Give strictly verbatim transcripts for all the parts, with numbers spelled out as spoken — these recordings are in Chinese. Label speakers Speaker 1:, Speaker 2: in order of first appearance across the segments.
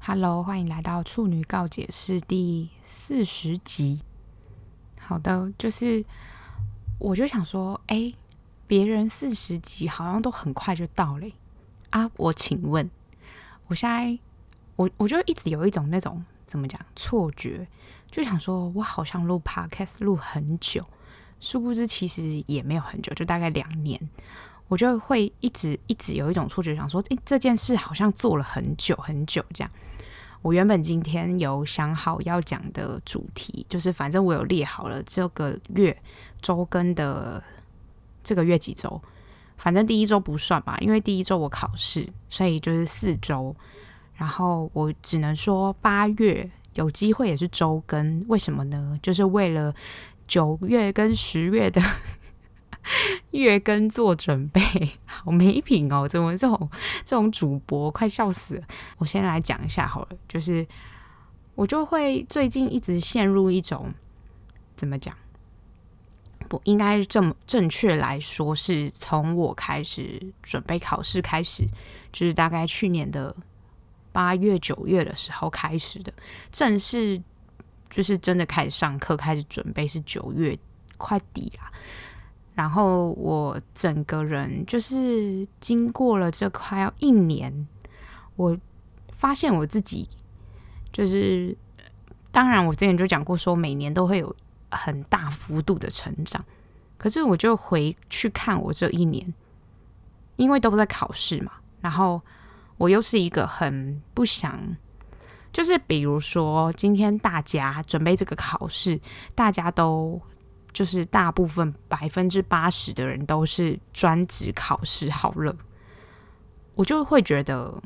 Speaker 1: Hello，欢迎来到处女告解室第四十集。好的，就是我就想说，哎，别人四十集好像都很快就到了啊。我请问，我现在我我就一直有一种那种怎么讲错觉，就想说我好像录 podcast 录很久，殊不知其实也没有很久，就大概两年。我就会一直一直有一种错觉，想说，哎，这件事好像做了很久很久这样。我原本今天有想好要讲的主题，就是反正我有列好了这个月周更的这个月几周，反正第一周不算吧，因为第一周我考试，所以就是四周。然后我只能说八月有机会也是周更，为什么呢？就是为了九月跟十月的月更做准备。好没品哦，怎么这种这种主播快笑死了。我先来讲一下好了，就是我就会最近一直陷入一种怎么讲，不应该这么正确来说，是从我开始准备考试开始，就是大概去年的八月九月的时候开始的，正式就是真的开始上课开始准备是九月快底啦。然后我整个人就是经过了这快要一年，我发现我自己就是，当然我之前就讲过说每年都会有很大幅度的成长，可是我就回去看我这一年，因为都在考试嘛，然后我又是一个很不想，就是比如说今天大家准备这个考试，大家都就是大部分百分之八十的人都是专职考试好了，我就会觉得，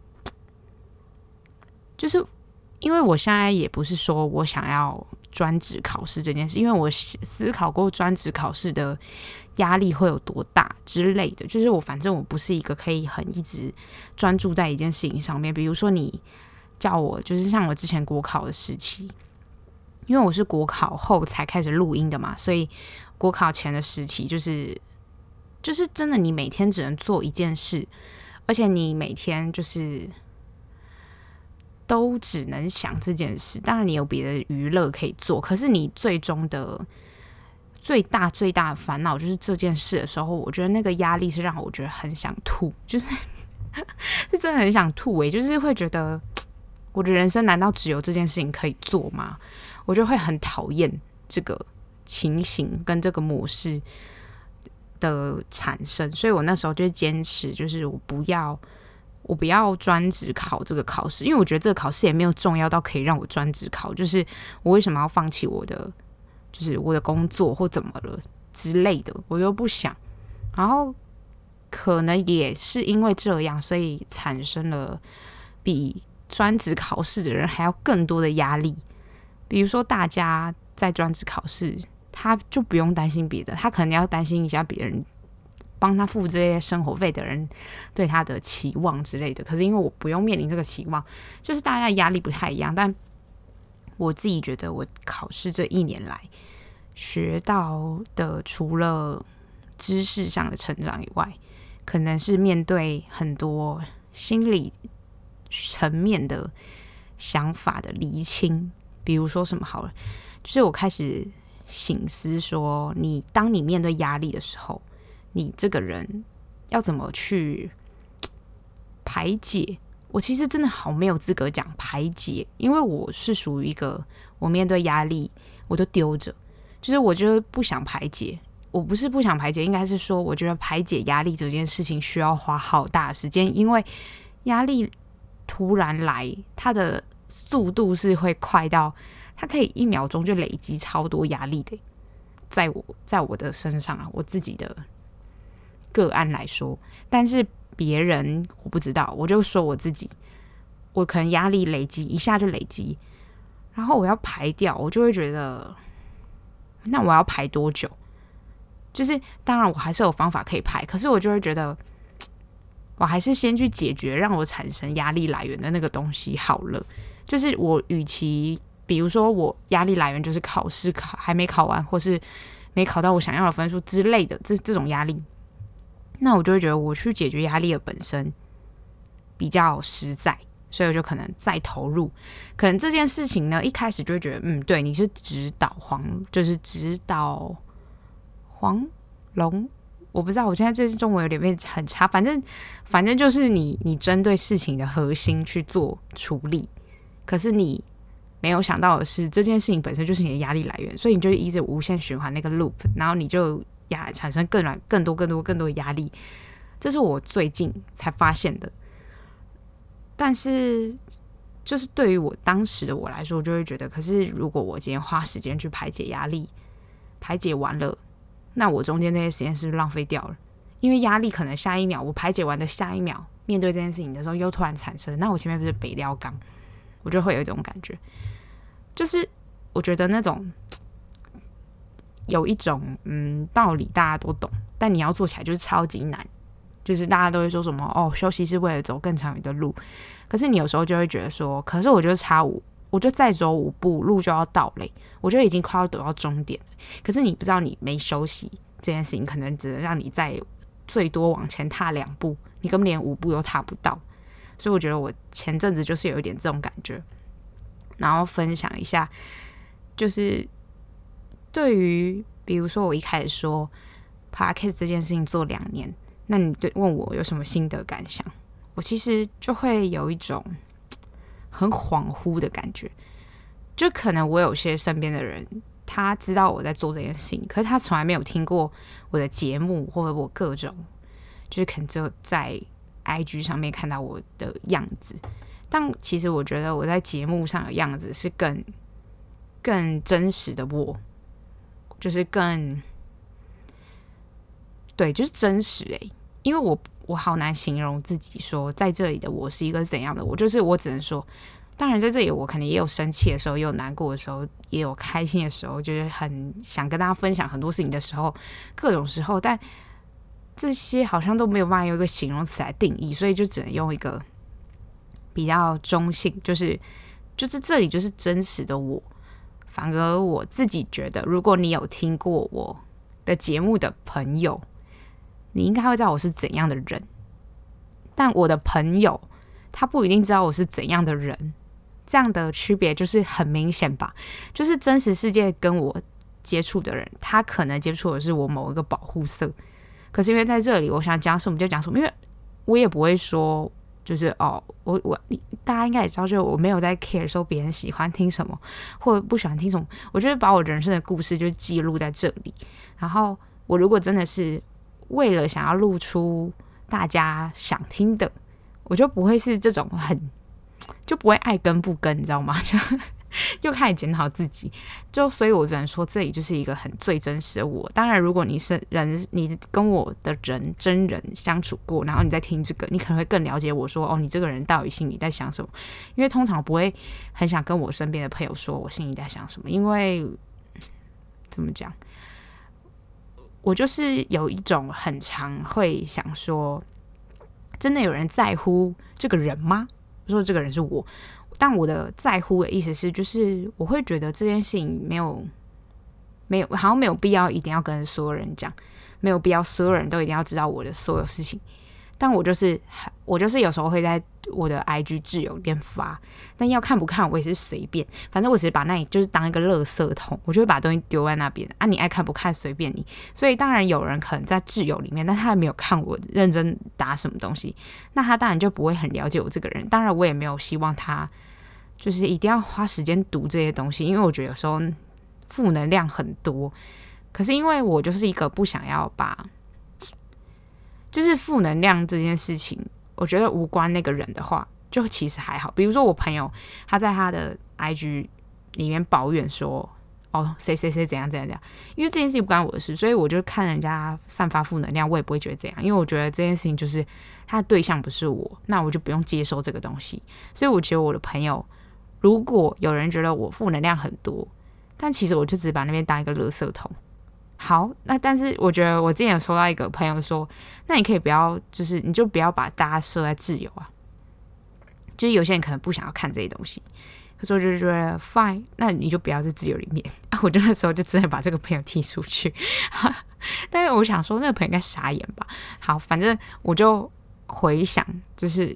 Speaker 1: 就是因为我现在也不是说我想要专职考试这件事，因为我思考过专职考试的压力会有多大之类的，就是我反正我不是一个可以很一直专注在一件事情上面。比如说你叫我，就是像我之前国考的时期。因为我是国考后才开始录音的嘛，所以国考前的时期就是就是真的，你每天只能做一件事，而且你每天就是都只能想这件事。当然你有别的娱乐可以做，可是你最终的最大最大的烦恼就是这件事的时候，我觉得那个压力是让我觉得很想吐，就是是真的很想吐欸，就是会觉得我的人生难道只有这件事情可以做吗？我就会很讨厌这个情形跟这个模式的产生，所以我那时候就坚持，就是我不要，我不要专职考这个考试，因为我觉得这个考试也没有重要到可以让我专职考，就是我为什么要放弃我的，就是我的工作或怎么了之类的，我就不想。然后可能也是因为这样，所以产生了比专职考试的人还要更多的压力。比如说大家在专职考试，他就不用担心别的，他可能要担心一下别人帮他付这些生活费的人对他的期望之类的。可是因为我不用面临这个期望，就是大家压力不太一样。但我自己觉得我考试这一年来学到的，除了知识上的成长以外，可能是面对很多心理层面的想法的厘清。比如说什么好了，就是我开始省思说，你当你面对压力的时候，你这个人要怎么去排解？我其实真的好没有资格讲排解，因为我是属于一个我面对压力我都丢着，就是我觉得不想排解。我不是不想排解，应该是说我觉得排解压力这件事情需要花好大的时间，因为压力突然来，它的速度是会快到它可以一秒钟就累积超多压力的，在我在我的身上啊，我自己的个案来说，但是别人我不知道，我就说我自己，我可能压力累积一下就累积，然后我要排掉，我就会觉得，那我要排多久？就是当然我还是有方法可以排，可是我就会觉得，我还是先去解决让我产生压力来源的那个东西好了。就是我与其比如说我压力来源就是考试考还没考完，或是没考到我想要的分数之类的，这这种压力，那我就会觉得我去解决压力的本身比较实在。 所以我就可能再投入。可能这件事情呢，一开始就会觉得，嗯，对，你是指导黄，就是指导黄龙，我不知道，我现在最近中文有点变很差，反正反正就是你你针对事情的核心去做处理，可是你没有想到的是，这件事情本身就是你的压力来源，所以你就一直无限循环那个 loop， 然后你就压产生更更多更多更多的压力。这是我最近才发现的，但是就是对于我当时的我来说，我就会觉得，可是如果我今天花时间去排解压力，排解完了，那我中间那些时间是不是浪费掉了？因为压力可能下一秒我排解完的下一秒，面对这件事情的时候又突然产生，那我前面不是北料缸？我就会有一种感觉，就是我觉得那种有一种嗯道理大家都懂，但你要做起来就是超级难。就是大家都会说什么哦，休息是为了走更长远的路，可是你有时候就会觉得说，可是我就差五，我就再走五步，路就要到嘞，我就已经快要走到终点了。可是你不知道，你没休息这件事情，可能只能让你在最多往前踏两步，你根本连五步都踏不到。所以我觉得我前阵子就是有一点这种感觉，然后分享一下，就是对于比如说我一开始说 Podcast 这件事情做两年。那你对问我有什么心得感想？我其实就会有一种很恍惚的感觉，就可能我有些身边的人，他知道我在做这件事情，可是他从来没有听过我的节目，或者我各种，就是可能只有在 I G 上面看到我的样子。但其实我觉得我在节目上的样子是更更真实的我，就是更。对，就是真实诶、欸，因为我我好难形容自己说在这里的我是一个怎样的我，就是我只能说，当然在这里我可能也有生气的时候，也有难过的时候，也有开心的时候，就是很想跟大家分享很多事情的时候，各种时候，但这些好像都没有办法用一个形容词来定义，所以就只能用一个比较中性，就是就是这里就是真实的我。反而我自己觉得，如果你有听过我的节目的朋友，你应该会知道我是怎样的人，但我的朋友他不一定知道我是怎样的人，这样的区别就是很明显吧？就是真实世界跟我接触的人，他可能接触的是我某一个保护色，可是因为在这里，我想讲什么就讲什么，因为我也不会说，就是哦，我我大家应该也知道，就是我没有在 care 说别人喜欢听什么或者不喜欢听什么，我就是把我人生的故事就记录在这里，然后我如果真的是为了想要录出大家想听的，我就不会是这种很就不会爱跟不跟，你知道吗？就又开始检讨自己，就所以我只能说这里就是一个很最真实的我。当然，如果你是人，你跟我的人真人相处过，然后你在听这个，你可能会更了解我说哦，你这个人到底心里在想什么？因为通常不会很想跟我身边的朋友说我心里在想什么，因为怎么讲？我就是有一种很常会想说，真的有人在乎这个人吗？说这个人是我，但我的在乎的意思是，就是我会觉得这件事情没有没有好像没有必要一定要跟所有人讲，没有必要所有人都一定要知道我的所有事情。但我就是我就是有时候会在我的 I G 挚友里面发，但要看不看我也是随便，反正我只是把那里就是当一个垃圾桶，我就会把东西丢在那边啊，你爱看不看随便你。所以当然有人可能在挚友里面，但他还没有看我认真打什么东西，那他当然就不会很了解我这个人。当然我也没有希望他就是一定要花时间读这些东西，因为我觉得有时候负能量很多。可是因为我就是一个不想要把就是负能量这件事情，我觉得无关那个人的话，就其实还好。比如说我朋友他在他的 I G 里面抱怨说，哦，谁谁谁怎样怎样怎样，因为这件事情不关我的事，所以我就看人家散发负能量，我也不会觉得怎样，因为我觉得这件事情就是他的对象不是我，那我就不用接收这个东西。所以我觉得我的朋友，如果有人觉得我负能量很多，但其实我就只把那边当一个垃圾桶。好，那但是我觉得我之前有收到一个朋友说，那你可以不要，就是你就不要把大家设在挚友啊，就是有些人可能不想要看这些东西，可是我就觉得 fine， 那你就不要在挚友里面啊。我就那时候就真的把这个朋友踢出去，但是我想说那个朋友应该傻眼吧。好，反正我就回想，就是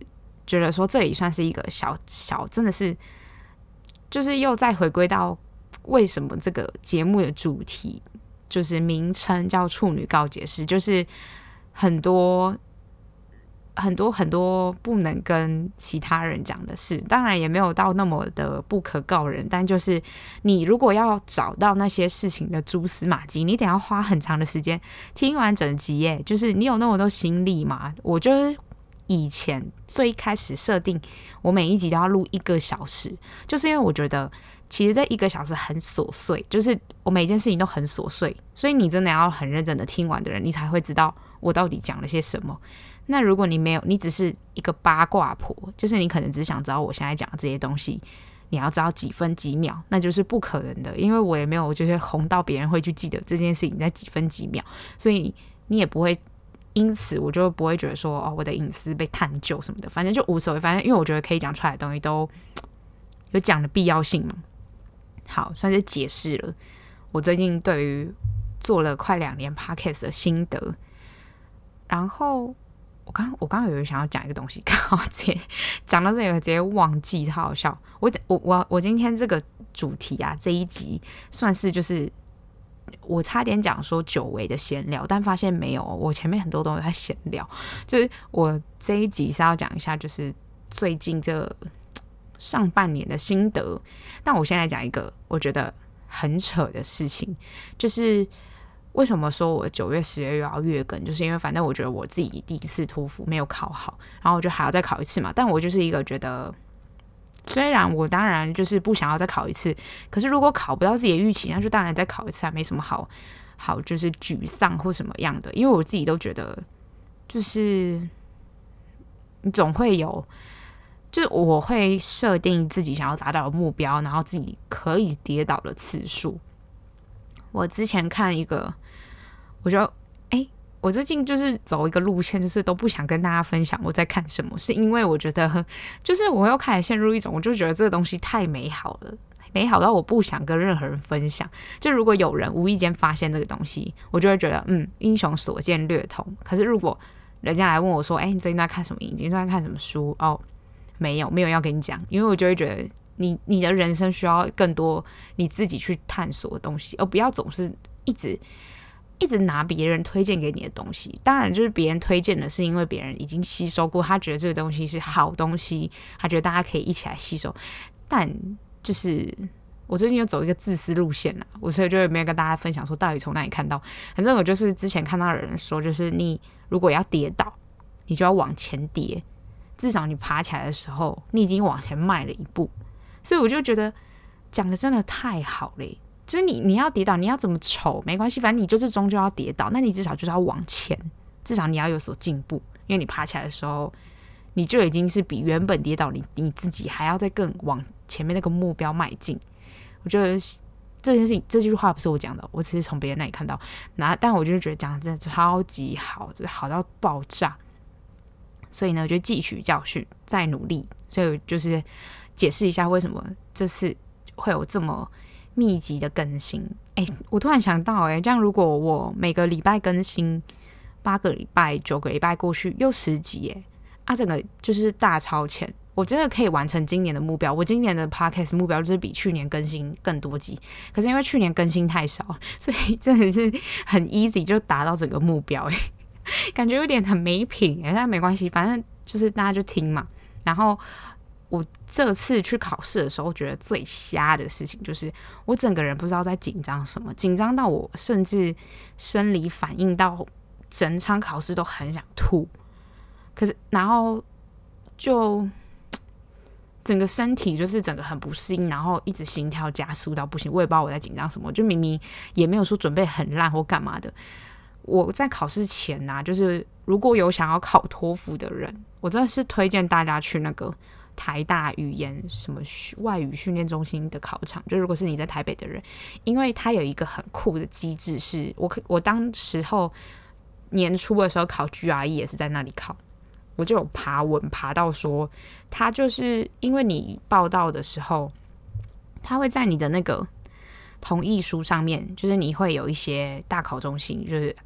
Speaker 1: 觉得说这里算是一个小小，真的是就是又再回归到为什么这个节目的主题就是名称叫处女告解室，就是很多很多很多不能跟其他人讲的事，当然也没有到那么的不可告人，但就是你如果要找到那些事情的蛛丝马迹，你得要花很长的时间听完整集耶，就是你有那么多心力嘛？我就是以前最开始设定我每一集都要录一个小时，就是因为我觉得其实这一个小时很琐碎，就是我每一件事情都很琐碎，所以你真的要很认真的听完的人，你才会知道我到底讲了些什么。那如果你没有，你只是一个八卦婆，就是你可能只想知道我现在讲的这些东西，你要知道几分几秒，那就是不可能的，因为我也没有就是红到别人会去记得这件事情在几分几秒，所以你也不会因此我就不会觉得说哦我的隐私被探究什么的，反正就无所谓，反正因为我觉得可以讲出来的东西都有讲的必要性嘛。好，算是解释了我最近对于做了快两年 podcast 的心得。然后我刚我刚刚有想要讲一个东西，刚好直接讲到这里，我直接忘记，超好笑。我我我我今天这个主题啊，这一集算是就是我差点讲说久违的闲聊，但发现没有，我前面很多都在闲聊。就是我这一集是要讲一下，就是最近这上半年的心得。但我现在讲一个我觉得很扯的事情，就是为什么说我九月、十月又要月更，就是因为反正我觉得我自己第一次托福没有考好，然后我就还要再考一次嘛。但我就是一个觉得，虽然我当然就是不想要再考一次，可是如果考不到自己的预期，那就当然再考一次，还没什么好好就是沮丧或什么样的。因为我自己都觉得，就是你总会有，就是我会设定自己想要达到的目标，然后自己可以跌倒的次数。我之前看一个，我觉得，哎、欸，我最近就是走一个路线，就是都不想跟大家分享我在看什么，是因为我觉得，就是我又开始陷入一种，我就觉得这个东西太美好了，美好到我不想跟任何人分享。就如果有人无意间发现这个东西，我就会觉得，嗯，英雄所见略同。可是如果人家来问我说，哎、欸，你最近在看什么影集？你最近在看什么书？哦，没有，没有要跟你讲，因为我就会觉得。你你的人生需要更多你自己去探索的东西，而不要总是一直一直拿别人推荐给你的东西。当然，就是别人推荐的是因为别人已经吸收过，他觉得这个东西是好东西，他觉得大家可以一起来吸收。但就是我最近又走一个自私路线啦，我所以就没有跟大家分享说到底从哪里看到。反正我就是之前看到的人说，就是你如果要跌倒，你就要往前跌，至少你爬起来的时候，你已经往前迈了一步。所以我就觉得讲的真的太好了，就是你你要跌倒，你要怎么丑没关系，反正你就是终究要跌倒，那你至少就是要往前，至少你要有所进步，因为你爬起来的时候，你就已经是比原本跌倒你你自己还要再更往前面那个目标迈进。我觉得这件事情这句话不是我讲的，我只是从别人那里看到，那但我就觉得讲的真的超级好，就是好到爆炸。所以呢，就汲取教训，再努力。所以就是解释一下为什么这次会有这么密集的更新。哎，我突然想到，哎，这样如果我每个礼拜更新八个礼拜、九个礼拜过去，又十集，哎，啊，整个就是大超前。我真的可以完成今年的目标。我今年的 podcast 目标就是比去年更新更多集，可是因为去年更新太少，所以真的是很 easy 就达到整个目标，哎。感觉有点很没品哎，但没关系，反正就是大家就听嘛。然后我这次去考试的时候，觉得最瞎的事情就是我整个人不知道在紧张什么，紧张到我甚至生理反应到整场考试都很想吐。可是然后就整个身体就是整个很不适应，然后一直心跳加速到不行，我也不知道我在紧张什么，就明明也没有说准备很烂或干嘛的。我在考试前啊，就是如果有想要考托福的人，我真的是推荐大家去那个台大语言什么外语训练中心的考场。就如果是你在台北的人，因为它有一个很酷的机制，是我我当时候年初的时候考 G R E 也是在那里考，我就有爬文爬到说，它就是因为你报到的时候，它会在你的那个同意书上面，就是你会有一些大考中心，就是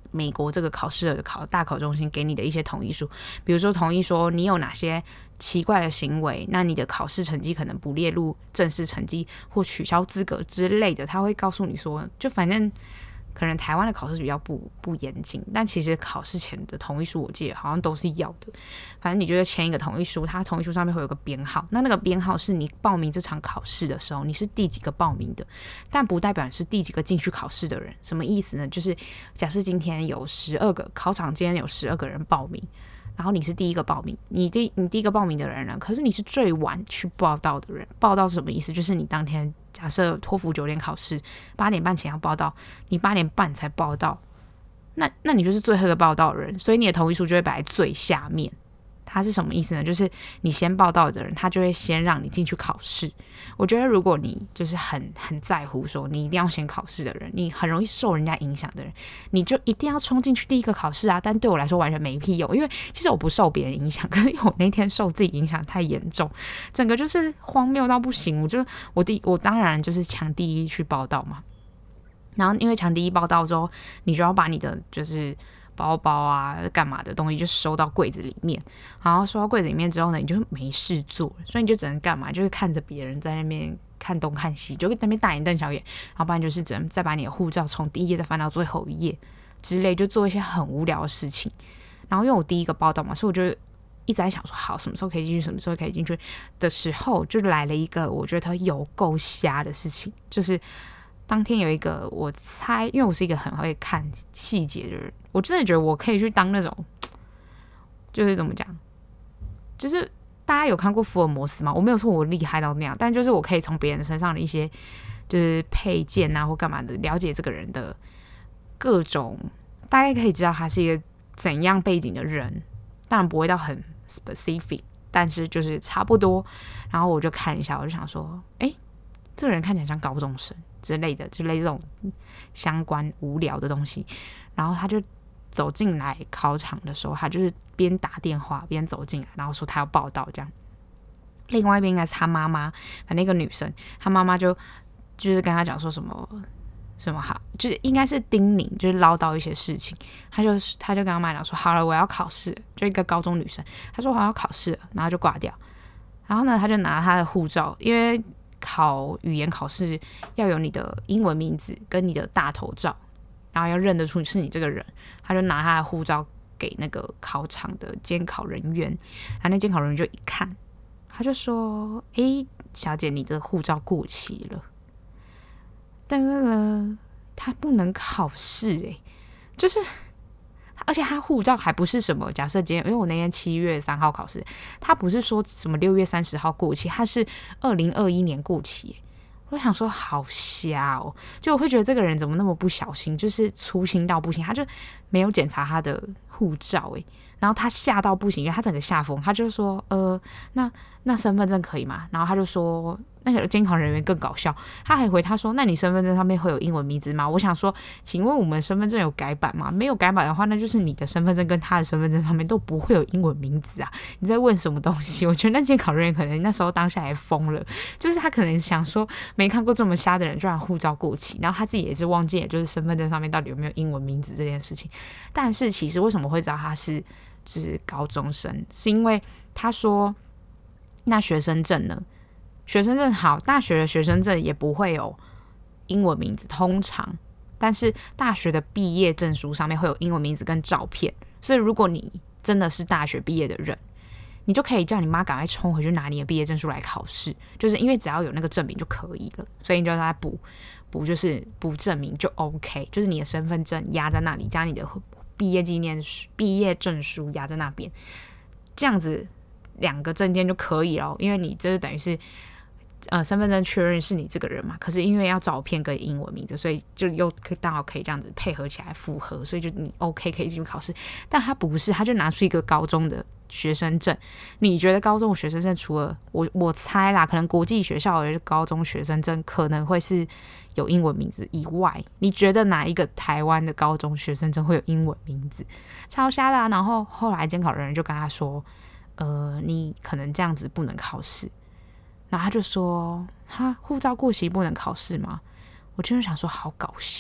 Speaker 1: 美国这个考试的考大考中心给你的一些同意书，比如说同意说你有哪些奇怪的行为，那你的考试成绩可能不列入正式成绩或取消资格之类的，他会告诉你说，就反正可能台湾的考试比较不不严谨，但其实考试前的同意书我记得好像都是要的。反正你就签一个同意书，它同意书上面会有个编号，那那个编号是你报名这场考试的时候你是第几个报名的，但不代表你是第几个进去考试的人。什么意思呢？就是假设今天有十二个考场，今天有十二个人报名，然后你是第一个报名，你第你第一个报名的人呢，可是你是最晚去报到的人。报到是什么意思？就是你当天假设托福九点考试，八点半前要报到，你八点半才报到，那那你就是最后一个报到的人，所以你的同意书就会摆在最下面。它是什么意思呢？就是你先报到的人，他就会先让你进去考试。我觉得如果你就是很很在乎说你一定要先考试的人，你很容易受人家影响的人，你就一定要冲进去第一个考试啊！但对我来说完全没屁用，因为其实我不受别人影响，可是因为我那天受自己影响太严重，整个就是荒谬到不行。我就我第我当然就是抢第一去报到嘛，然后因为抢第一报到之后，你就要把你的就是包包啊干嘛的东西就收到柜子里面，然后收到柜子里面之后呢，你就没事做，所以你就只能干嘛，就是看着别人在那边看东看西，就在那边大眼瞪小眼，然后不然就是只能再把你的护照从第一页再翻到最后一页之类，就做一些很无聊的事情。然后因为我第一个报到嘛，所以我就一直在想说，好，什么时候可以进去，什么时候可以进去的时候，就来了一个我觉得有够瞎的事情，就是当天有一个，我猜，因为我是一个很会看细节的人，我真的觉得我可以去当那种，就是怎么讲，就是大家有看过福尔摩斯吗？我没有说我厉害到那样，但就是我可以从别人身上的一些就是配件啊或干嘛的，了解这个人的各种，大概可以知道他是一个怎样背景的人，当然不会到很 specific， 但是就是差不多。然后我就看一下，我就想说，哎，这个人看起来像高中生之类的，之类这种相关无聊的东西。然后他就走进来考场的时候，他就是边打电话边走进来，然后说他要报到这样。另外一边应该是他妈妈，反正一个女生，他妈妈就就是跟他讲说什么什么好，就是应该是叮咛，就是唠叨一些事情。他就他就跟他妈讲说，好了，我要考试，就一个高中女生，他说我要考试，然后就挂掉。然后呢，他就拿他的护照，因为考语言考试要有你的英文名字跟你的大头照，然后要认得出是你这个人。他就拿他的护照给那个考场的监考人员，然后那监考人员就一看，他就说：“诶，小姐，你的护照过期了。”但是他不能考试诶，就是。而且他护照还不是什么，假设今天，因为我那天七月三号考试，他不是说什么六月三十号过期，他是二零二一年过期。我想说好瞎哦，就我会觉得这个人怎么那么不小心，就是粗心到不行，他就没有检查他的护照诶，然后他吓到不行，因为他整个吓疯，他就说呃，那那身份证可以吗？然后他就说。那个监考人员更搞笑，他还回他说：“那你身份证上面会有英文名字吗？”我想说，请问我们身份证有改版吗？没有改版的话，那就是你的身份证跟他的身份证上面都不会有英文名字啊！你在问什么东西？我觉得那监考人员可能那时候当下也疯了，就是他可能想说，没看过这么瞎的人，居然护照过期，然后他自己也是忘记了，就是身份证上面到底有没有英文名字这件事情。但是其实为什么会知道他是就是高中生，是因为他说，那学生证呢？学生证好，大学的学生证也不会有英文名字，通常，但是大学的毕业证书上面会有英文名字跟照片，所以如果你真的是大学毕业的人，你就可以叫你妈赶快冲回去拿你的毕业证书来考试，就是因为只要有那个证明就可以了，所以你就来补补，就是补证明就 OK， 就是你的身份证压在那里，加你的毕业纪念书、毕业证书压在那边，这样子两个证件就可以了，因为你这等于是。呃，身份证确认是你这个人嘛？可是因为要照片跟英文名字，所以就又刚好可以这样子配合起来符合，所以就你 OK 可以进入考试。但他不是，他就拿出一个高中的学生证。你觉得高中的学生证除了我我猜啦，可能国际学校的高中学生证可能会是有英文名字以外，你觉得哪一个台湾的高中学生证会有英文名字？超瞎的啊！然后后来监考人员就跟他说，呃，你可能这样子不能考试。然后他就说：“哈，护照过期不能考试吗？”我真的想说，好搞笑。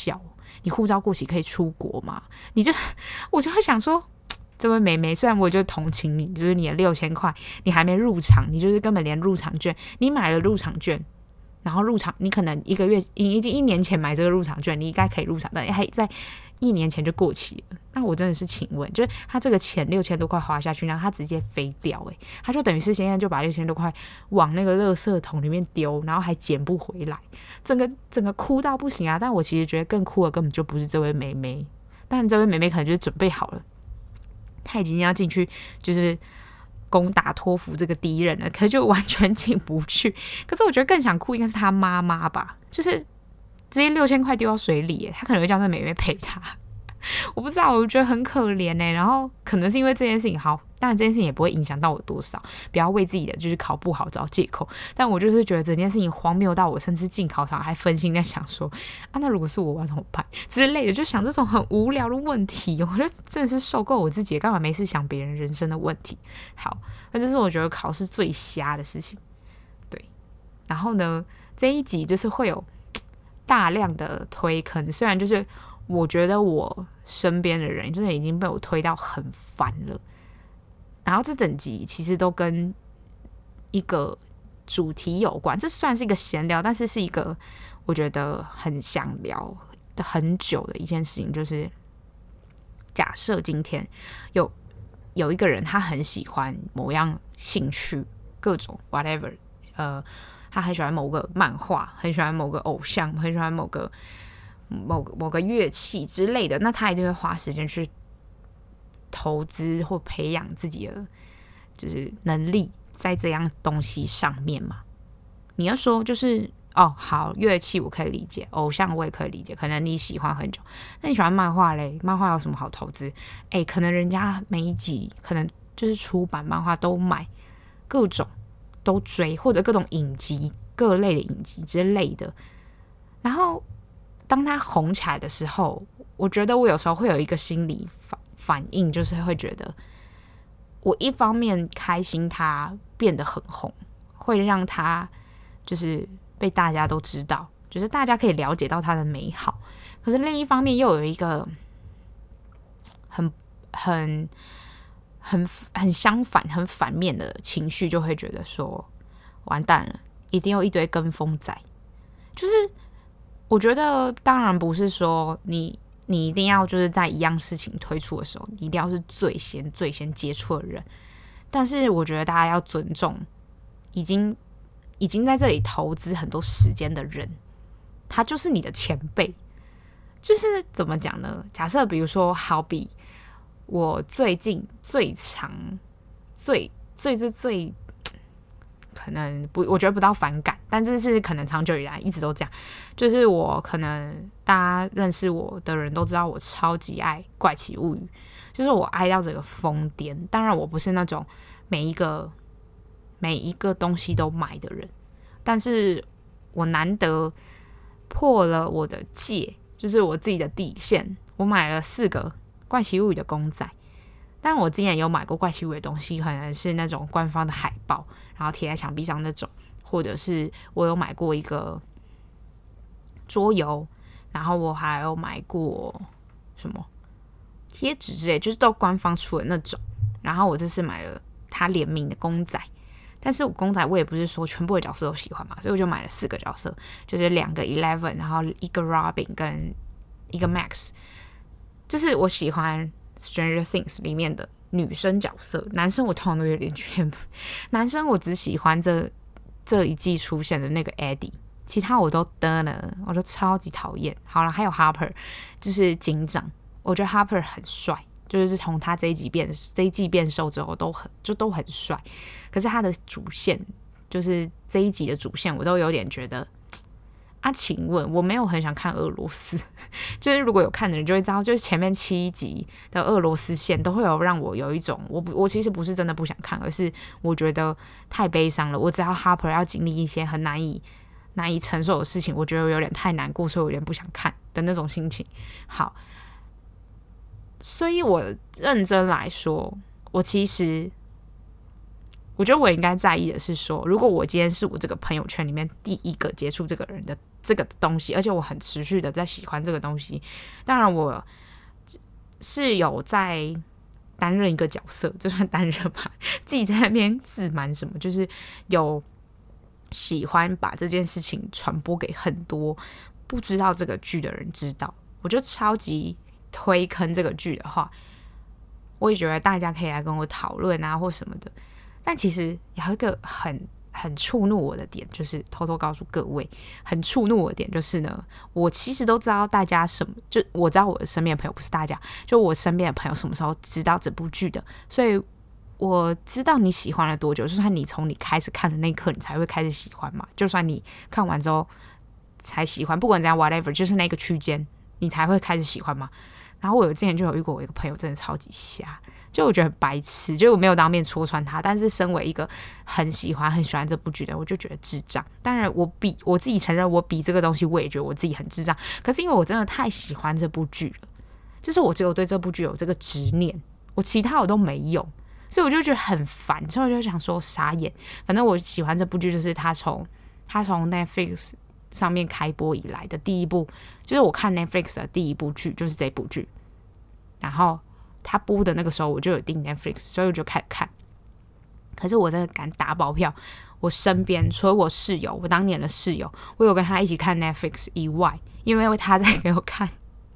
Speaker 1: 你护照过期可以出国吗？你就我就会想说，这位妹妹，虽然我就同情你，就是你的六千块，你还没入场，你就是根本连入场券，你买了入场券。然后入场，你可能一个月，你已经一年前买这个入场券，你应该可以入场，但还在一年前就过期了。那我真的是请问，就是他这个钱六千多块花下去，然后他直接飞掉、欸，他就等于是现在就把六千多块往那个垃圾桶里面丢，然后还捡不回来，整个整个哭到不行啊！但我其实觉得更哭的根本就不是这位妹妹，当然这位妹妹可能就是准备好了，她已经要进去，就是。攻打托福这个敌人了，可是就完全进不去。可是我觉得更想哭应该是他妈妈吧，就是直接六千块丢到水里耶，他可能会叫那妹妹陪他。我不知道，我觉得很可怜哎。然后可能是因为这件事情，好，当然这件事情也不会影响到我多少，不要为自己的就是考不好找借口。但我就是觉得整件事情荒谬到我甚至进考场还分心在想说啊，那如果是我，我要怎么办之类的，就想这种很无聊的问题。我觉得真的是受够我自己，干嘛没事想别人人生的问题？好，那这是我觉得考试最瞎的事情。对，然后呢，这一集就是会有大量的推坑，虽然就是。我觉得我身边的人真的已经被我推到很烦了，然后这整集其实都跟一个主题有关，这算是一个闲聊，但是是一个我觉得很想聊的很久的一件事情，就是假设今天有有一个人他很喜欢某样兴趣，各种 whatever， 呃，他很喜欢某个漫画，很喜欢某个偶像，很喜欢某个。某个某个乐器之类的，那他一定会花时间去投资或培养自己的就是能力在这样东西上面嘛。你要说就是哦，好，乐器我可以理解，偶像我也可以理解，可能你喜欢很久，那你喜欢漫画嘞？漫画有什么好投资？哎，可能人家每一集可能就是出版漫画都买，各种都追，或者各种影集，各类的影集之类的，然后。当他红起来的时候，我觉得我有时候会有一个心理反反应，就是会觉得，我一方面开心他变得很红，会让他就是被大家都知道，就是大家可以了解到他的美好。可是另一方面又有一个很很很很相反、很反面的情绪，就会觉得说，完蛋了，一定有一堆跟风仔，就是。我觉得当然不是说你你一定要就是在一样事情推出的时候，你一定要是最先最先接触的人。但是我觉得大家要尊重已经已经在这里投资很多时间的人，他就是你的前辈。就是怎么讲呢？假设比如说，好比我最近最长、最最最最。可能不，我觉得不到反感，但这是可能长久以来一直都这样。就是我可能大家认识我的人都知道，我超级爱怪奇物语，就是我爱到这个疯癫。当然，我不是那种每一个每一个东西都买的人，但是我难得破了我的戒，就是我自己的底线。我买了四个怪奇物语的公仔。但我之前有买过怪奇物语的东西，可能是那种官方的海报，然后贴在墙壁上那种，或者是我有买过一个桌游，然后我还有买过什么贴纸之类，就是都官方出的那种。然后我这次买了他联名的公仔，但是我公仔我也不是说全部的角色都喜欢嘛，所以我就买了四个角色，就是两个 Eleven， 然后一个 Robin 跟一个 Max， 就是我喜欢。Stranger Things 里面的女生角色，男生我通常都有点圈。男生我只喜欢这这一季出现的那个 Eddie， 其他我都得了，我都超级讨厌。好了，还有 Harper， 就是警长，我觉得 Harper 很帅，就是从他这一季变这一季变瘦之后都很就都很帅。可是他的主线，就是这一集的主线，我都有点觉得。啊，请问我没有很想看俄罗斯，就是如果有看的人就会知道，就是前面七集的俄罗斯线都会有让我有一种，我不我其实不是真的不想看，而是我觉得太悲伤了。我只要 Harper 要经历一些很难以难以承受的事情，我觉得有点太难过，所以我有点不想看的那种心情。好，所以我认真来说，我其实我觉得我应该在意的是说，如果我今天是我这个朋友圈里面第一个接触这个人的这个东西，而且我很持续的在喜欢这个东西，当然我是有在担任一个角色，就算担任吧，自己在那边自满什么，就是有喜欢把这件事情传播给很多不知道这个剧的人知道，我就超级推坑这个剧的话，我也觉得大家可以来跟我讨论啊或什么的。但其实有一个很很触怒我的点，就是偷偷告诉各位，很触怒我的点就是呢，我其实都知道大家什么，就我知道我的身边的朋友，不是大家，就我身边的朋友什么时候知道这部剧的，所以我知道你喜欢了多久，就算你从你开始看的那一刻你才会开始喜欢嘛，就算你看完之后才喜欢，不管怎样 whatever， 就是那个区间你才会开始喜欢嘛。然后我有之前就有遇过我一个朋友真的超级瞎，就我觉得很白痴，就我没有当面戳穿他，但是身为一个很喜欢很喜欢这部剧的人，我就觉得智障。当然我比我自己承认我比这个东西我也觉得我自己很智障，可是因为我真的太喜欢这部剧了，就是我只有对这部剧有这个执念，我其他我都没有，所以我就觉得很烦，所以我就想说傻眼。反正我喜欢这部剧，就是他从他从 Netflix 上面开播以来的第一部，就是我看 Netflix 的第一部剧就是这部剧，然后他播的那个时候我就有订 Netflix， 所以我就开始看。可是我真的敢打保票，我身边除了我室友，我当年的室友，我有跟他一起看 Netflix 以外，因为他在给我看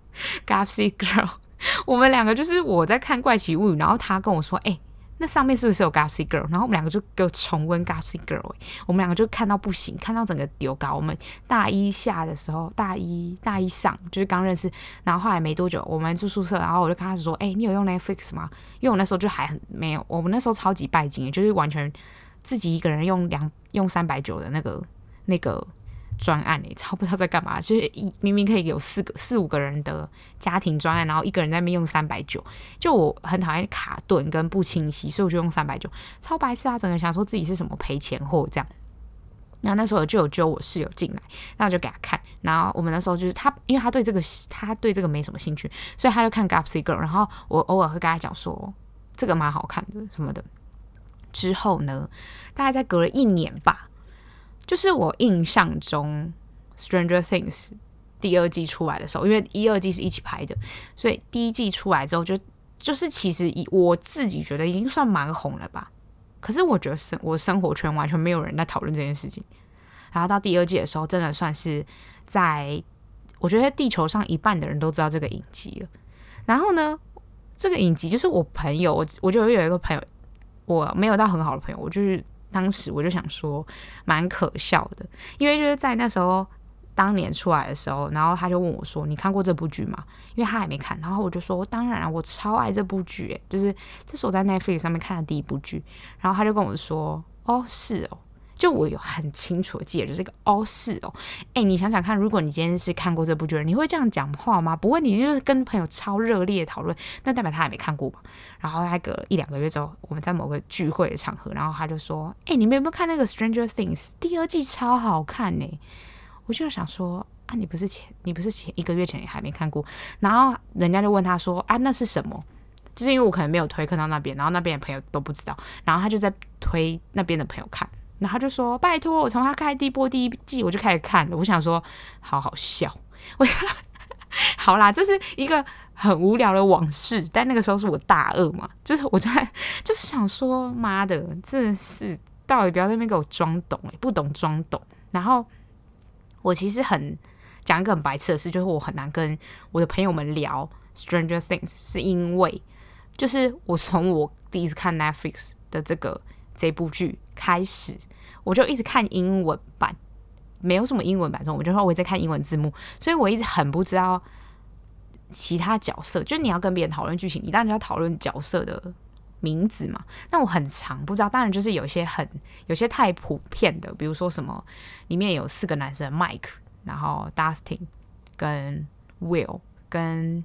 Speaker 1: Gossip Girl， 我们两个就是我在看怪奇物语，然后他跟我说，哎、欸。那上面是不是有 Gossip Girl？ 然后我们两个就给我重温 Gossip Girl，、欸、我们两个就看到不行，看到整个丢高。我们大一下的时候，大一大一上就是刚认识，然后后来没多久，我们住宿舍，然后我就跟他说：“哎、欸，你有用 Netflix 吗？”因为我那时候就还很没有，我们那时候超级拜金，就是完全自己一个人用两用三百九的那个那个。专案诶、欸，超不知道在干嘛，就是明明可以有四个四五个人的家庭专案，然后一个人在那边用三百九，就我很讨厌卡顿跟不清晰，所以我就用三百九，超白痴啊！整个想说自己是什么赔钱货这样。那那时候就有揪我室友进来，那我就给他看，然后我们那时候就是他，因为他对这个他对这个没什么兴趣，所以他就看 Gossip Girl， 然后我偶尔会跟他讲说这个蛮好看的什么的。之后呢，大概在隔了一年吧。就是我印象中 Stranger Things 第二季出来的时候，因为一二季是一起拍的，所以第一季出来之后就就是其实我自己觉得已经算蛮红了吧，可是我觉得生我生活圈完全没有人在讨论这件事情。然后到第二季的时候真的算是在我觉得地球上一半的人都知道这个影集了。然后呢，这个影集就是我朋友，我我就有一个朋友，我没有到很好的朋友，我就是当时我就想说蛮可笑的，因为就是在那时候当年出来的时候，然后他就问我说你看过这部剧吗？因为他还没看，然后我就说当然啊，我超爱这部剧耶，就是这是我在 Netflix 上面看的第一部剧。然后他就跟我说哦是哦，就我有很清楚的记得就是这个哦是哦。哎，你想想看，如果你今天是看过这部剧的，你会这样讲话吗？不会，你就是跟朋友超热烈的讨论，那代表他还没看过吧。然后还隔了一两个月之后，我们在某个聚会的场合，然后他就说哎，你们有没有看那个 Stranger Things 第二季超好看耶。我就想说啊，你不是前你不是前一个月前也还没看过？然后人家就问他说啊，那是什么？就是因为我可能没有推看到那边，然后那边的朋友都不知道，然后他就在推那边的朋友看，然后他就说拜托，我从他开第一波第一季我就开始看了。我想说好好笑，我好啦，这是一个很无聊的往事，但那个时候是我大二嘛，就是我在就是想说妈的，真的是到底不要在那边给我装懂哎、欸，不懂装懂。然后我其实很讲一个很白痴的事，就是我很难跟我的朋友们聊 Stranger Things， 是因为就是我从我第一次看 Netflix 的这个这部剧开始，我就一直看英文版，没有什么英文版中，我就说我在看英文字幕，所以我一直很不知道其他角色。就是你要跟别人讨论剧情，你当然要讨论角色的名字嘛，那我很常不知道。当然就是有些很有些太普遍的，比如说什么里面有四个男生 Mike， 然后 Dustin 跟 Will 跟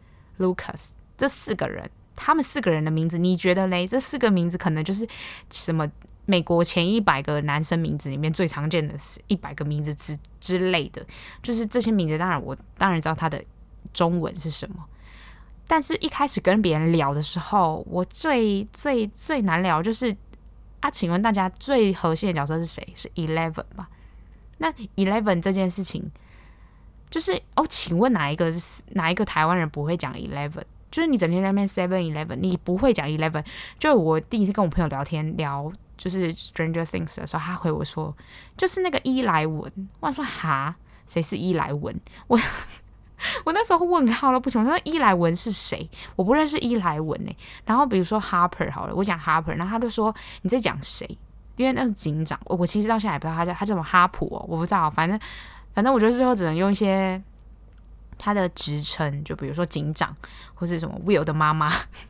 Speaker 1: Lucas 这四个人，他们四个人的名字你觉得嘞？这四个名字可能就是什么美国前一百个男生名字里面最常见的是一百个名字之之类的，就是这些名字。当然我当然知道它的中文是什么，但是一开始跟别人聊的时候，我最最最难聊就是啊，请问大家最核心的角色是谁？是 Eleven 吧？那 Eleven 这件事情，就是哦，请问哪一个哪一个台湾人不会讲 Eleven？就是你整天在那边 Seven Eleven， 你不会讲 Eleven。就我第一次跟我朋友聊天聊就是 Stranger Things 的时候，他回我说就是那个伊莱文。我说哈，谁是伊莱文？我我那时候问号了不行，我说伊莱文是谁？我不认识伊莱文哎、欸。然后比如说 Harper 好了，我讲 Harper， 然后他就说你在讲谁？因为那个警长，我其实到现在也不知道他叫他叫什么哈普哦，我不知道，反正反正我觉得最后只能用一些他的职称，就比如说警长或是什么 Will 的妈妈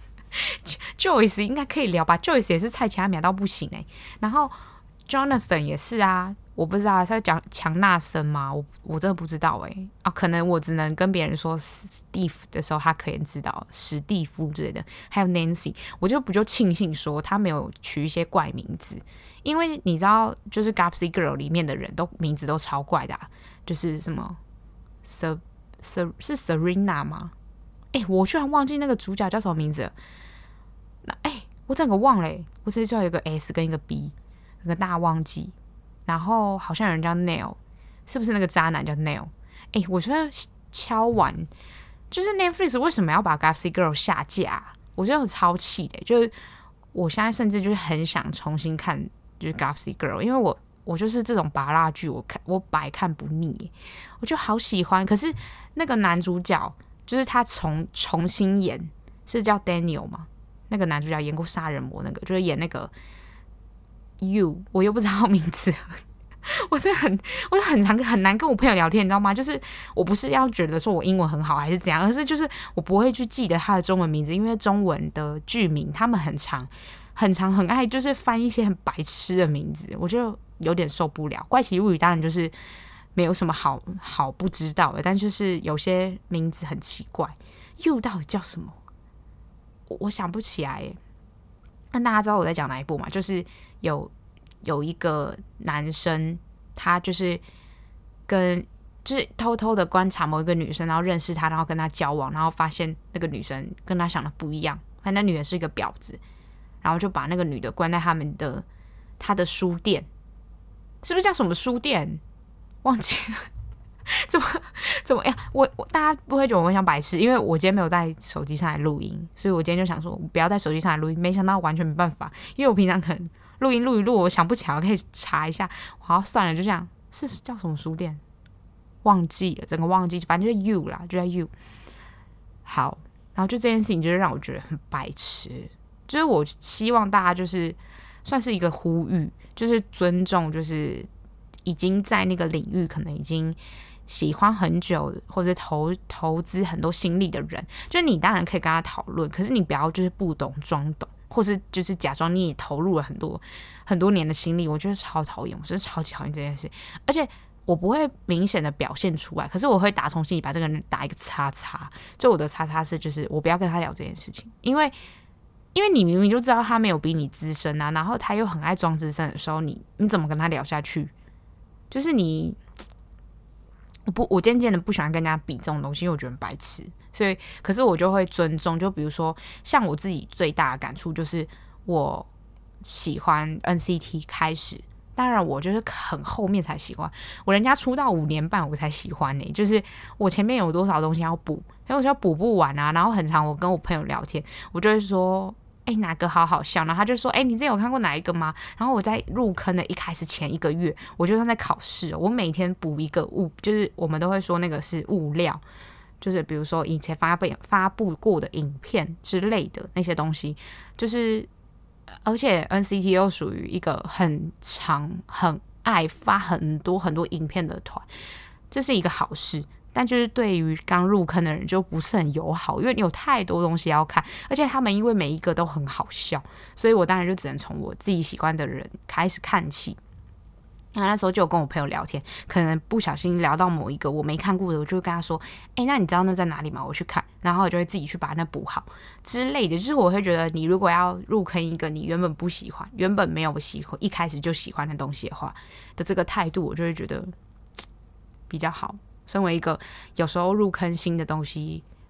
Speaker 1: ，Joyce 应该可以聊吧 ？Joyce 也是菜奇阿米亚到不行哎、欸，然后 Jonathan 也是啊。我不知道是要讲强纳森吗？我我真的不知道哎、欸、啊，可能我只能跟别人说 Steve 的时候，他可以知道史蒂夫之类的，还有 Nancy， 我就不就庆幸说他没有取一些怪名字，因为你知道，就是 Gossip Girl 里面的人都名字都超怪的、啊，就是什么 Ser Ser 是 Serena 吗？哎、欸，我居然忘记那个主角叫什么名字了。那哎、欸，我整个忘了、欸，我直接叫有一个 S 跟一个 B， 有个大忘记。然后好像有人叫 Neil， 是不是那个渣男叫 Neil？ 哎、欸，我觉得敲完就是 Netflix 为什么要把 Gossip Girl 下架、啊？我觉得超气的、欸，就是我现在甚至就是很想重新看就是 Gossip Girl， 因为我我就是这种拔蜡剧，我看我百看不腻、欸，我就好喜欢。可是那个男主角就是他重重新演，是叫 Daniel 吗？那个男主角演过杀人魔，那个就是演那个。You， 我又不知道名字，我是很，我是很常很难跟我朋友聊天，你知道吗？就是我不是要觉得说我英文很好还是怎样，而是就是我不会去记得他的中文名字，因为中文的剧名他们很长很长很爱就是翻一些很白痴的名字，我就有点受不了。怪奇物语当然就是没有什么好好不知道的，但就是有些名字很奇怪。You 到底叫什么？我我想不起来耶。那大家知道我在讲哪一部吗？就是有有一个男生，他就是跟就是偷偷的观察某一个女生，然后认识她，然后跟她交往，然后发现那个女生跟他想的不一样，反正那女的是一个婊子，然后就把那个女的关在他们的他的书店，是不是叫什么书店？忘记了。怎么怎么样？我我大家不会觉得我很像白痴，因为我今天没有带手机上来录音，所以我今天就想说，我不要带手机上来录音。没想到完全没办法，因为我平常可能录音录一录，我想不起来，我可以查一下。好，算了，就这样。是叫什么书店？忘记了，整个忘记，反正就是 You 啦，就在 You。好，然后就这件事情，就是让我觉得很白痴。就是我希望大家就是算是一个呼吁，就是尊重，就是已经在那个领域可能已经。喜欢很久或者投投资很多心力的人，就是你当然可以跟他讨论，可是你不要就是不懂装懂，或是就是假装你也投入了很多很多年的心力，我觉得超讨厌，我真的超级讨厌这件事。而且我不会明显的表现出来，可是我会打从心里把这个人打一个叉叉。就我的叉叉是就是我不要跟他聊这件事情，因为因为你明明就知道他没有比你资深啊，然后他又很爱装资深的时候，你你怎么跟他聊下去？就是你。我不，我渐渐的不喜欢跟人家比这种东西，因为我觉得很白痴。所以，可是我就会尊重。就比如说，像我自己最大的感触就是，我喜欢 N C T 开始，当然我就是很后面才喜欢。我人家出道五年半我才喜欢呢、欸，就是我前面有多少东西要补，因为我就要补不完啊。然后很常我跟我朋友聊天，我就会说。哎、欸，哪个好好笑？然后他就说：“哎、欸，你之前有看过哪一个吗？”然后我在入坑的一开始前一个月，我就算在考试、喔，我每天补一个物，就是我们都会说那个是物料，就是比如说以前发布发布过的影片之类的那些东西，就是而且 N C T 又属于一个很长、很爱发很多很多影片的团，这是一个好事。但就是对于刚入坑的人就不是很友好，因为你有太多东西要看，而且他们因为每一个都很好笑，所以我当然就只能从我自己喜欢的人开始看起。然后那时候就有跟我朋友聊天，可能不小心聊到某一个我没看过的，我就会跟他说：“哎、欸，那你知道那在哪里吗？我去看。”然后我就会自己去把那补好之类的。就是我会觉得，你如果要入坑一个你原本不喜欢、原本没有喜欢、一开始就喜欢的东西的话的这个态度，我就会觉得比较好。身为一个有时候入坑新的东西，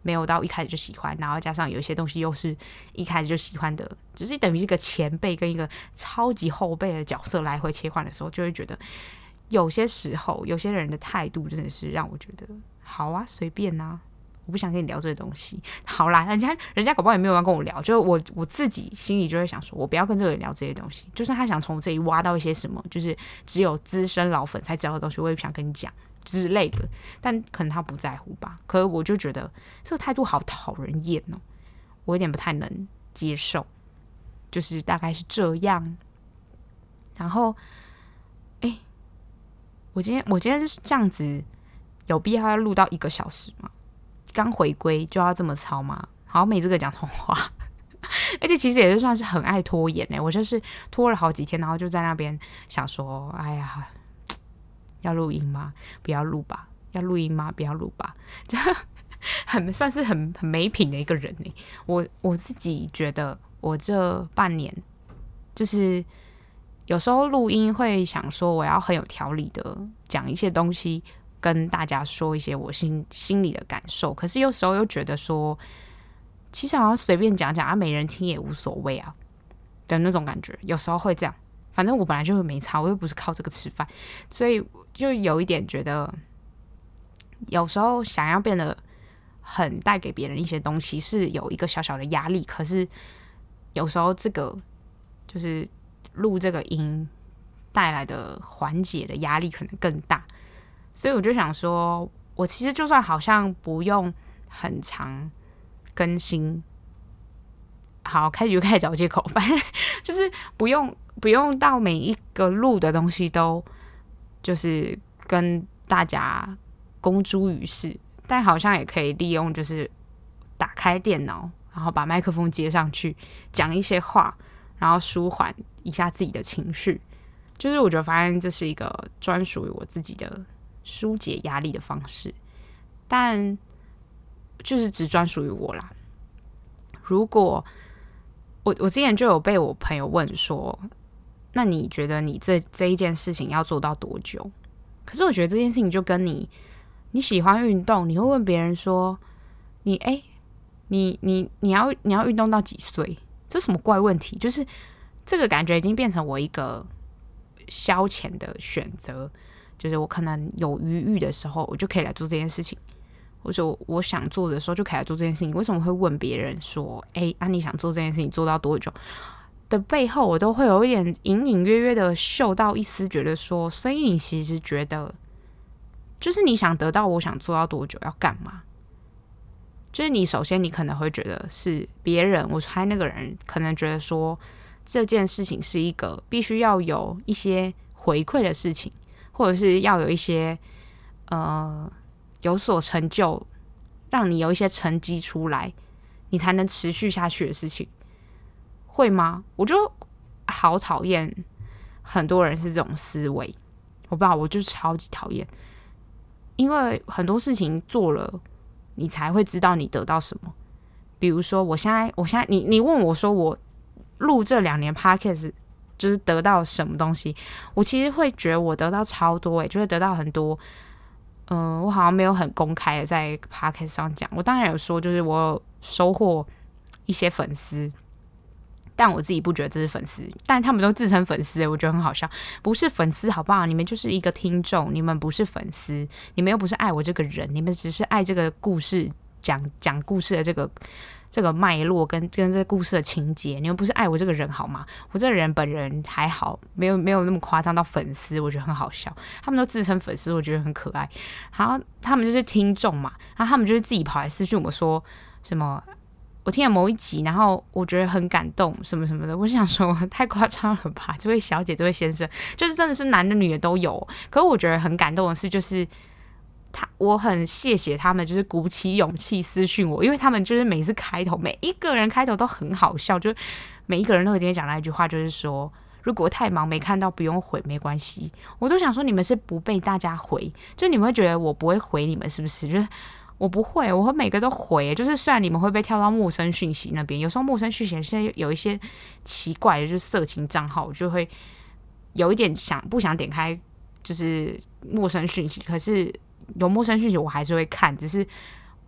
Speaker 1: 没有到一开始就喜欢，然后加上有一些东西又是一开始就喜欢的，只是等于是一个前辈跟一个超级后辈的角色来回切换的时候，就会觉得有些时候有些人的态度真的是让我觉得好啊，随便啊，我不想跟你聊这个东西。好啦，人家人家搞不好也没有要跟我聊，就我我自己心里就会想说，我不要跟这个人聊这些东西。就算他想从我这里挖到一些什么，就是只有资深老粉才知道的东西，我也不想跟你讲之类的。但可能他不在乎吧。可是我就觉得这个态度好讨人厌哦，我有点不太能接受。就是大概是这样。然后，哎，我今天我今天就是这样子，有必要要录到一个小时吗？刚回归就要这么操吗？好像没这个讲通话，而且其实也就算是很爱拖延哎、欸，我就是拖了好几天，然后就在那边想说，哎呀，要录音吗？不要录吧。要录音吗？不要录吧。这很算是很很没品的一个人哎、欸。我我自己觉得，我这半年就是有时候录音会想说，我要很有条理的讲一些东西。跟大家说一些我心心里的感受，可是有时候又觉得说，其实好像随便讲讲啊，没人听也无所谓啊的那种感觉，有时候会这样。反正我本来就没差，我又不是靠这个吃饭，所以就有一点觉得，有时候想要变得很带给别人一些东西，是有一个小小的压力。可是有时候这个就是录这个音带来的缓解的压力可能更大。所以我就想说，我其实就算好像不用很常更新，好，开始就开始找借口，反正就是不用不用到每一个录的东西都就是跟大家公诸于世，但好像也可以利用就是打开电脑，然后把麦克风接上去讲一些话，然后舒缓一下自己的情绪。就是我觉得发现这是一个专属于我自己的疏解压力的方式，但就是只专属于我啦。如果我我之前就有被我朋友问说，那你觉得你这这一件事情要做到多久？可是我觉得这件事情就跟你你喜欢运动，你会问别人说，你哎、欸，你你你要你要运动到几岁？这什么怪问题？就是这个感觉已经变成我一个消遣的选择。就是我可能有余裕的时候，我就可以来做这件事情；或者我想做的时候，就可以来做这件事情。为什么会问别人说：“哎、欸，啊，你想做这件事情做到多久？”的背后，我都会有一点隐隐约约的嗅到一丝，觉得说，所以你其实觉得，就是你想得到我想做到多久要干嘛？就是你首先你可能会觉得是别人，我猜那个人可能觉得说这件事情是一个必须要有一些回馈的事情。或者是要有一些呃有所成就，让你有一些成绩出来，你才能持续下去的事情，会吗？我就好讨厌很多人是这种思维，我不知道，我就是超级讨厌，因为很多事情做了，你才会知道你得到什么。比如说，我现在，我现在，你你问我说，我录这两年 podcast。就是得到什么东西，我其实会觉得我得到超多诶、欸，就会得到很多。嗯、呃，我好像没有很公开的在 podcast 上讲。我当然有说，就是我有收获一些粉丝，但我自己不觉得这是粉丝，但他们都自称粉丝、欸，我觉得很好笑。不是粉丝好不好？你们就是一个听众，你们不是粉丝，你们又不是爱我这个人，你们只是爱这个故事，讲讲故事的这个。这个脉络跟跟这个故事的情节，你们不是爱我这个人好吗？我这个人本人还好，没有没有那么夸张到粉丝，我觉得很好笑。他们都自称粉丝，我觉得很可爱。然后他们就是听众嘛，然后他们就是自己跑来私讯我说什么，我听了某一集，然后我觉得很感动，什么什么的。我想说太夸张了吧，这位小姐，这位先生，就是真的是男的女的都有。可是我觉得很感动的是，就是。他我很谢谢他们，就是鼓起勇气私讯我，因为他们就是每次开头，每一个人开头都很好笑，就是每一个人都会今天讲那一句话，就是说如果太忙没看到不用回没关系。我都想说你们是不被大家回，就你们会觉得我不会回你们是不是？就是我不会，我会每个都回，就是虽然你们会被跳到陌生讯息那边，有时候陌生讯息现在有一些奇怪的，就是色情账号，我就会有一点想不想点开，就是陌生讯息，可是。有陌生讯息我还是会看，只是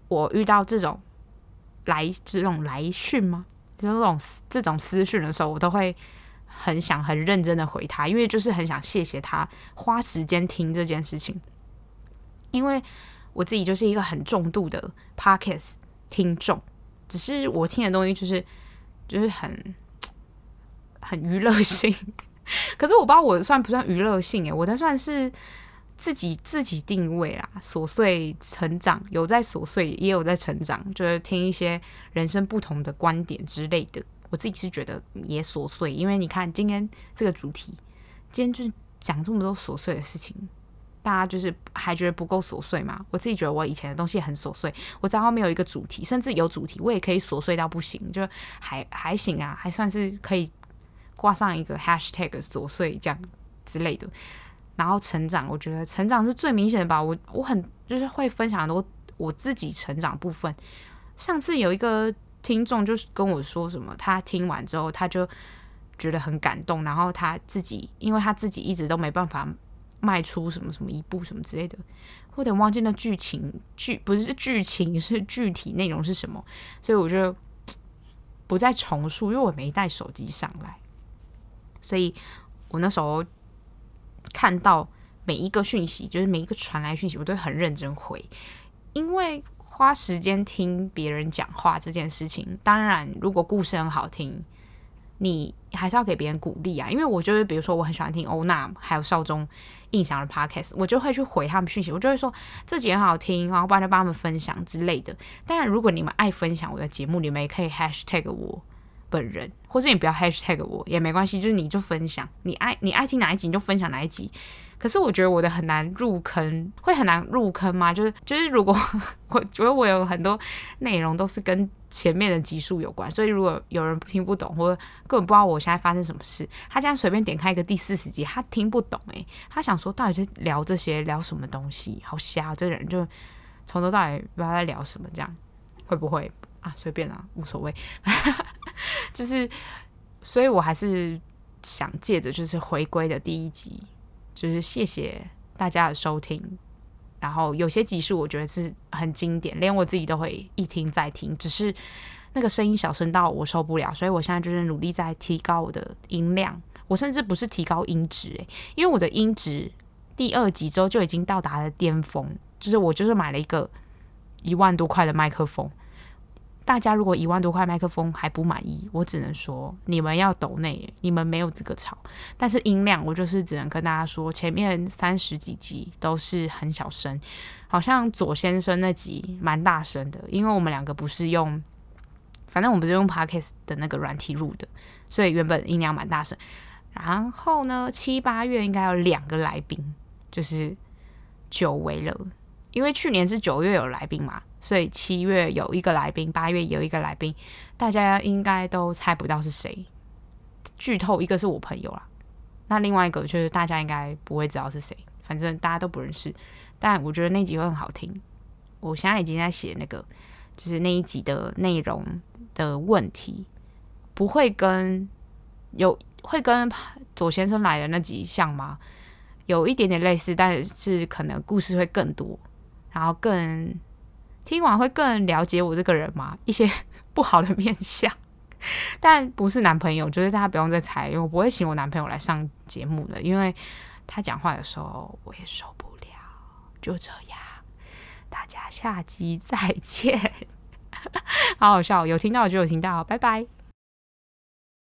Speaker 1: 我遇到这种来这种来讯吗？就是这种这种私讯的时候，我都会很想很认真的回他，因为就是很想谢谢他花时间听这件事情。因为我自己就是一个很重度的 podcast 听众，只是我听的东西就是就是很很娱乐性，可是我不知道我算不算娱乐性诶，我的算是自己自己定位啦，琐碎成长，有在琐碎也有在成长，就是听一些人生不同的观点之类的。我自己是觉得也琐碎，因为你看今天这个主题，今天就是讲这么多琐碎的事情，大家就是还觉得不够琐碎嘛？我自己觉得我以前的东西很琐碎，我只要没有一个主题，甚至有主题，我也可以琐碎到不行，就还还行啊，还算是可以挂上一个 hashtag 琐碎这样之类的。然后成长，我觉得成长是最明显的吧。我我很就是会分享很多我自己成长部分。上次有一个听众就是跟我说什么，他听完之后他就觉得很感动，然后他自己因为他自己一直都没办法迈出什么什么一步什么之类的，我有点忘记那剧情剧不是剧情是具体内容是什么，所以我就不再重述，因为我没带手机上来，所以我那时候看到每一个讯息，就是每一个传来讯息，我都会很认真回，因为花时间听别人讲话这件事情，当然如果故事很好听，你还是要给别人鼓励啊。因为我就是比如说我很喜欢听欧娜还有少中印象的 podcast， 我就会去回他们讯息，我就会说这集很好听，然后不然就帮他们分享之类的。当然如果你们爱分享我的节目，你们也可以 hashtag 我本人，或者你不要 hashtag 我也没关系，就是你就分享，你爱你爱听哪一集你就分享哪一集。可是我觉得我的很难入坑，会很难入坑吗？就是就是如果我觉得我有很多内容都是跟前面的集数有关，所以如果有人听不懂或者根本不知道我现在发生什么事，他这样随便点开一个第四十集，他听不懂诶、欸，他想说到底在聊这些聊什么东西，好瞎，这个人就从头到尾不知道在聊什么，这样会不会啊？随便啊，无所谓，就是，所以我还是想借着就是回归的第一集。就是谢谢大家的收听，然后有些集数我觉得是很经典，连我自己都会一听再听，只是那个声音小声到我受不了，所以我现在就是努力在提高我的音量，我甚至不是提高音质、欸、因为我的音质第二集之后就已经到达了巅峰，就是我就是买了一个一万多块的麦克风。大家如果一万多块麦克风还不满意，我只能说你们要抖内，你们没有资格吵。但是音量我就是只能跟大家说，前面三十几集都是很小声，好像左先生那集蛮大声的，因为我们两个不是用，反正我们不是用 Podcast 的那个软体录的，所以原本音量蛮大声。然后呢，七八月应该有两个来宾，就是久违了，因为去年是九月有来宾嘛。所以七月有一个来宾，八月有一个来宾，大家应该都猜不到是谁。剧透一个是我朋友啦，那另外一个就是大家应该不会知道是谁，反正大家都不认识。但我觉得那集会很好听，我现在已经在写那个，就是那一集的内容的问题，不会跟有会跟左先生来的那集像吗？有一点点类似，但是可能故事会更多，然后更。听完会更了解我这个人吗？一些不好的面向，但不是男朋友，就是大家不用再猜，因为我不会请我男朋友来上节目的，因为他讲话的时候我也受不了。就这样，大家下集再见，好好笑，有听到就有听到，拜拜。